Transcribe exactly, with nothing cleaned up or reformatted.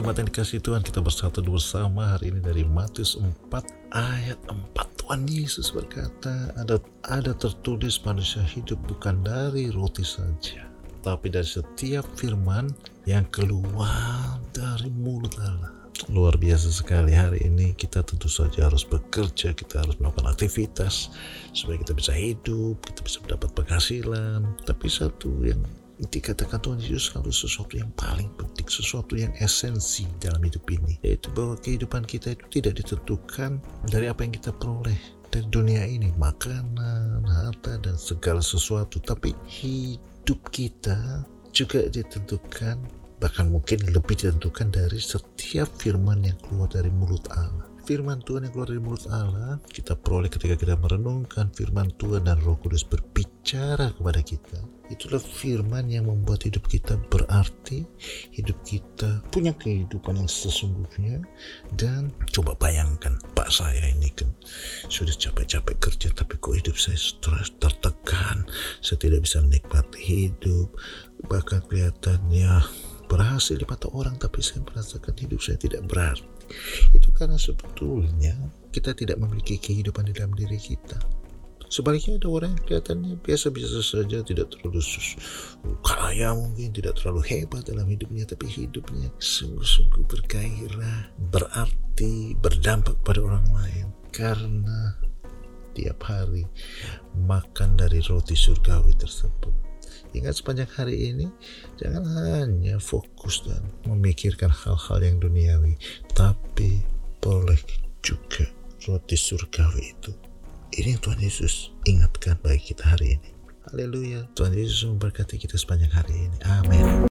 Jemaat yang dikasihi Tuhan, kita bersatu bersama hari ini dari Matius empat ayat empat. Tuhan Yesus berkata, ada ada tertulis manusia hidup bukan dari roti saja, tapi dari setiap firman yang keluar dari mulut Allah. Luar biasa sekali. Hari ini kita tentu saja harus bekerja, kita harus melakukan aktivitas supaya kita bisa hidup, kita bisa mendapat penghasilan. Tapi satu yang dikatakan Tuhan Yesus harus sesuatu yang paling penting, sesuatu yang esensi dalam hidup ini, yaitu bahwa kehidupan kita itu tidak ditentukan dari apa yang kita peroleh dari dunia ini, makanan, harta, dan segala sesuatu, tapi hidup kita juga ditentukan, bahkan mungkin lebih ditentukan dari setiap firman yang keluar dari mulut Allah. Firman Tuhan yang keluar dari mulut Allah kita peroleh ketika kita merenungkan firman Tuhan dan Roh Kudus berbicara kepada kita. Itulah firman yang membuat hidup kita berarti, hidup kita punya kehidupan yang sesungguhnya. Dan coba bayangkan, Pak, saya ini kan sudah capek-capek kerja, tapi kok hidup saya stres, tertekan, saya tidak bisa menikmati hidup, bahkan kelihatannya berhasil di mata orang, tapi saya merasakan hidup saya tidak berarti. Itu karena sebetulnya kita tidak memiliki kehidupan di dalam diri kita. Sebaliknya ada orang yang kelihatannya biasa-biasa saja, tidak terlalu sus- kaya, mungkin tidak terlalu hebat dalam hidupnya, tapi hidupnya sungguh-sungguh bergairah, berarti, berdampak pada orang lain, karena tiap hari makan dari roti surgawi tersebut. Ingat, sepanjang hari ini jangan hanya fokus dan memikirkan hal-hal yang duniawi, tapi peroleh juga roti surgawi itu. Ini yang Tuhan Yesus ingatkan bagi kita hari ini. Haleluya. Tuhan Yesus memberkati kita sepanjang hari ini. Amin.